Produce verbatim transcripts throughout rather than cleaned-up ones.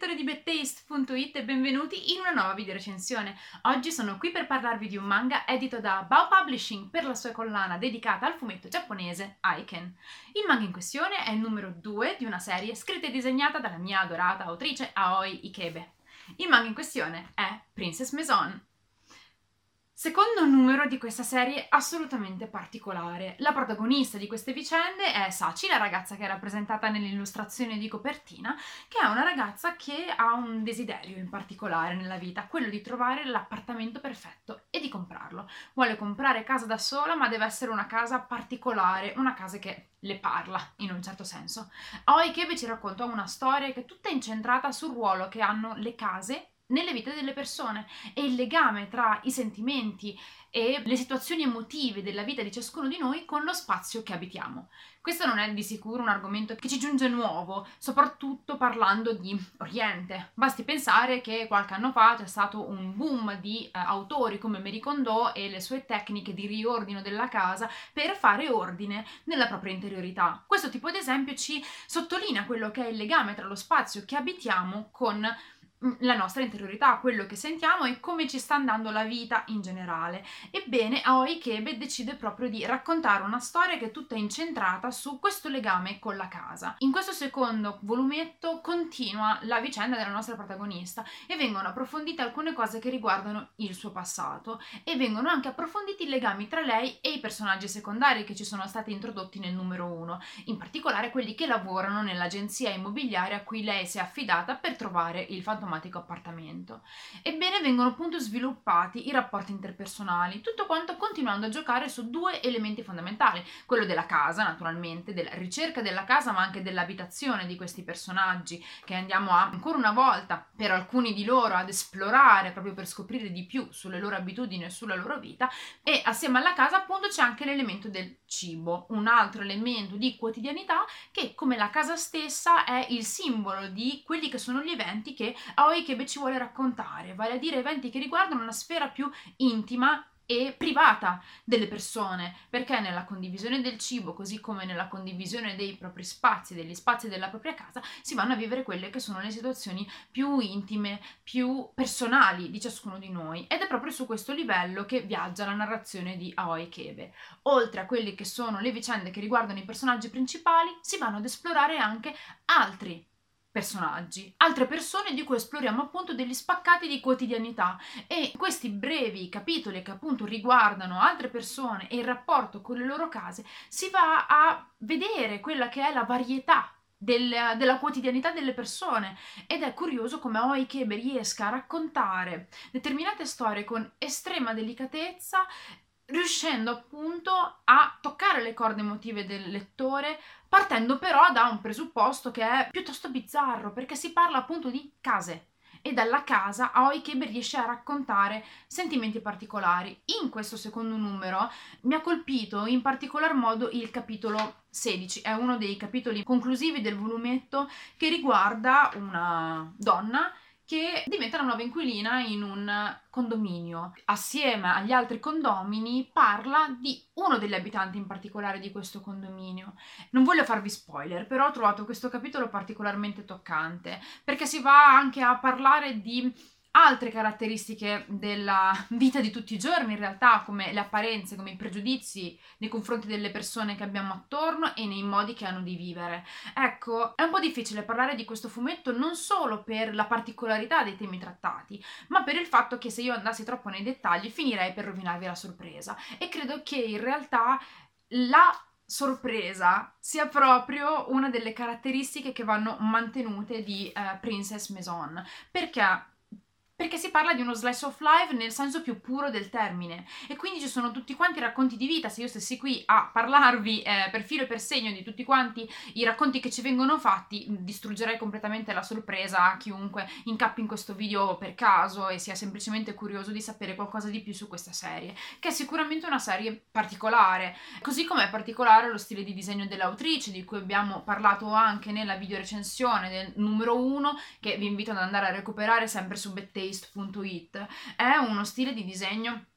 lettori di bad taste punto it e benvenuti in una nuova video recensione. Oggi sono qui per parlarvi di un manga edito da Bao Publishing per la sua collana dedicata al fumetto giapponese Aiken. Il manga in questione è il numero due di una serie scritta e disegnata dalla mia adorata autrice Aoi Ikebe. Il manga in questione è Princess Maison. Secondo numero di questa serie assolutamente particolare. La protagonista di queste vicende è Sachi, la ragazza che è rappresentata nell'illustrazione di copertina, che è una ragazza che ha un desiderio in particolare nella vita, quello di trovare l'appartamento perfetto e di comprarlo. Vuole comprare casa da sola, ma deve essere una casa particolare, una casa che le parla, in un certo senso. Aoi Ikebe ci racconta una storia che è tutta incentrata sul ruolo che hanno le case nelle vite delle persone e il legame tra i sentimenti e le situazioni emotive della vita di ciascuno di noi con lo spazio che abitiamo. Questo non è di sicuro un argomento che ci giunge nuovo, soprattutto parlando di Oriente. Basti pensare che qualche anno fa c'è stato un boom di eh, autori come Marie Kondo e le sue tecniche di riordino della casa per fare ordine nella propria interiorità. Questo tipo di esempio ci sottolinea quello che è il legame tra lo spazio che abitiamo con la nostra interiorità, quello che sentiamo e come ci sta andando la vita in generale. Ebbene, Aoi Ikebe decide proprio di raccontare una storia che è tutta incentrata su questo legame con la casa. In questo secondo volumetto continua la vicenda della nostra protagonista e vengono approfondite alcune cose che riguardano il suo passato e vengono anche approfonditi i legami tra lei e i personaggi secondari che ci sono stati introdotti nel numero uno, in particolare quelli che lavorano nell'agenzia immobiliare a cui lei si è affidata per trovare il fantomatico appartamento. Ebbene, vengono appunto sviluppati i rapporti interpersonali, tutto quanto continuando a giocare su due elementi fondamentali: quello della casa, naturalmente, della ricerca della casa, ma anche dell'abitazione di questi personaggi, che andiamo a, ancora una volta, per alcuni di loro, ad esplorare proprio per scoprire di più sulle loro abitudini e sulla loro vita. E assieme alla casa, appunto, c'è anche l'elemento del cibo, un altro elemento di quotidianità che, come la casa stessa, è il simbolo di quelli che sono gli eventi che Aoi Ikebe ci vuole raccontare, vale a dire eventi che riguardano una sfera più intima e privata delle persone, perché nella condivisione del cibo, così come nella condivisione dei propri spazi, degli spazi della propria casa, si vanno a vivere quelle che sono le situazioni più intime, più personali di ciascuno di noi, ed è proprio su questo livello che viaggia la narrazione di Aoi Ikebe. Oltre a quelle che sono le vicende che riguardano i personaggi principali, si vanno ad esplorare anche altri personaggi, altre persone di cui esploriamo appunto degli spaccati di quotidianità, e questi brevi capitoli che appunto riguardano altre persone e il rapporto con le loro case si va a vedere quella che è la varietà del, della quotidianità delle persone, ed è curioso come Aoi Ikebe riesca a raccontare determinate storie con estrema delicatezza, riuscendo appunto a toccare le corde emotive del lettore, partendo però da un presupposto che è piuttosto bizzarro, perché si parla appunto di case, e dalla casa Aoi Ikebe riesce a raccontare sentimenti particolari. In questo secondo numero mi ha colpito in particolar modo il capitolo sedici, è uno dei capitoli conclusivi del volumetto, che riguarda una donna che diventa la nuova inquilina in un condominio. Assieme agli altri condomini parla di uno degli abitanti in particolare di questo condominio. Non voglio farvi spoiler, però ho trovato questo capitolo particolarmente toccante, perché si va anche a parlare di altre caratteristiche della vita di tutti i giorni, in realtà, come le apparenze, come i pregiudizi nei confronti delle persone che abbiamo attorno e nei modi che hanno di vivere. Ecco, è un po' difficile parlare di questo fumetto non solo per la particolarità dei temi trattati, ma per il fatto che se io andassi troppo nei dettagli finirei per rovinarvi la sorpresa, e credo che in realtà la sorpresa sia proprio una delle caratteristiche che vanno mantenute di uh, Princess Maison, perché Perché si parla di uno slice of life nel senso più puro del termine, e quindi ci sono tutti quanti i racconti di vita. Se io stessi qui a parlarvi eh, per filo e per segno di tutti quanti i racconti che ci vengono fatti, distruggerei completamente la sorpresa a chiunque incappi in questo video per caso e sia semplicemente curioso di sapere qualcosa di più su questa serie, che è sicuramente una serie particolare, così come è particolare lo stile di disegno dell'autrice, di cui abbiamo parlato anche nella video recensione del numero uno, che vi invito ad andare a recuperare sempre su bad taste punto it. È uno stile di disegno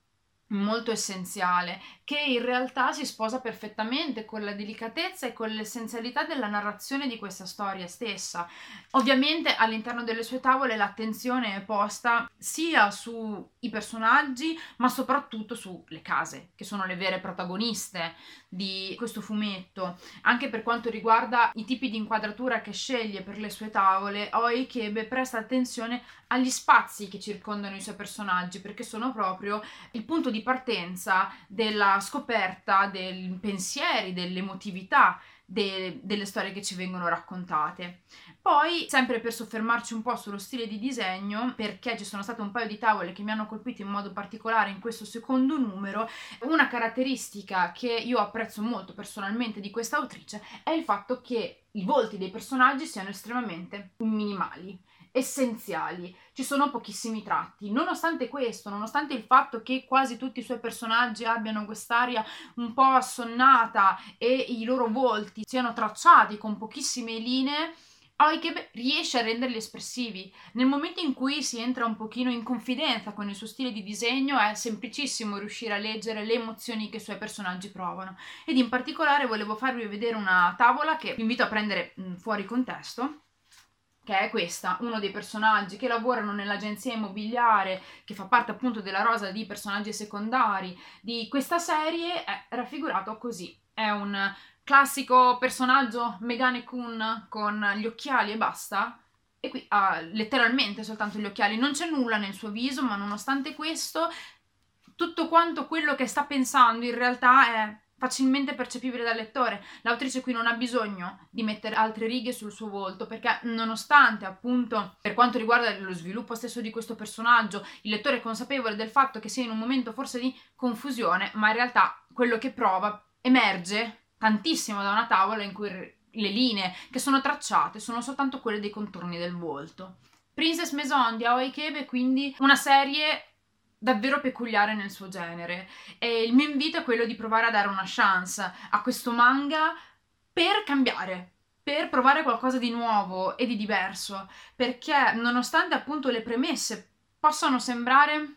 molto essenziale, che in realtà si sposa perfettamente con la delicatezza e con l'essenzialità della narrazione di questa storia stessa. Ovviamente all'interno delle sue tavole l'attenzione è posta sia sui personaggi, ma soprattutto sulle case, che sono le vere protagoniste di questo fumetto. Anche per quanto riguarda i tipi di inquadratura che sceglie per le sue tavole, Oikebe presta attenzione agli spazi che circondano i suoi personaggi, perché sono proprio il punto di partenza della scoperta dei pensieri, dell'emotività, de- delle storie che ci vengono raccontate. Poi, sempre per soffermarci un po' sullo stile di disegno, perché ci sono state un paio di tavole che mi hanno colpito in modo particolare in questo secondo numero, una caratteristica che io apprezzo molto personalmente di questa autrice è il fatto che i volti dei personaggi siano estremamente minimali, essenziali, ci sono pochissimi tratti. Nonostante questo, nonostante il fatto che quasi tutti i suoi personaggi abbiano quest'aria un po' assonnata e i loro volti siano tracciati con pochissime linee, Oikebe riesce a renderli espressivi. Nel momento in cui si entra un pochino in confidenza con il suo stile di disegno è semplicissimo riuscire a leggere le emozioni che i suoi personaggi provano. Ed in particolare volevo farvi vedere una tavola che vi invito a prendere mh, fuori contesto, che è questa, uno dei personaggi che lavorano nell'agenzia immobiliare, che fa parte appunto della rosa di personaggi secondari di questa serie, è raffigurato così. È un classico personaggio Megane Kun con gli occhiali e basta, e qui ha letteralmente soltanto gli occhiali, non c'è nulla nel suo viso, ma nonostante questo tutto quanto quello che sta pensando in realtà è facilmente percepibile dal lettore. L'autrice qui non ha bisogno di mettere altre righe sul suo volto, perché nonostante appunto per quanto riguarda lo sviluppo stesso di questo personaggio il lettore è consapevole del fatto che sia in un momento forse di confusione, ma in realtà quello che prova emerge tantissimo da una tavola in cui le linee che sono tracciate sono soltanto quelle dei contorni del volto. Princess Maison di Aoi Kebe, quindi una serie davvero peculiare nel suo genere, e il mio invito è quello di provare a dare una chance a questo manga per cambiare, per provare qualcosa di nuovo e di diverso, perché nonostante appunto le premesse possano sembrare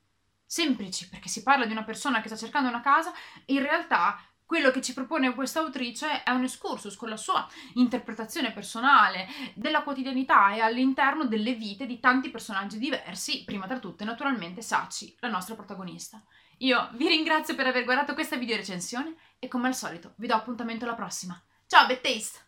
semplici, perché si parla di una persona che sta cercando una casa, in realtà quello che ci propone questa autrice è un excursus con la sua interpretazione personale della quotidianità e all'interno delle vite di tanti personaggi diversi, prima tra tutte naturalmente Sachi, la nostra protagonista. Io vi ringrazio per aver guardato questa video recensione e come al solito vi do appuntamento alla prossima. Ciao, Bad Taste!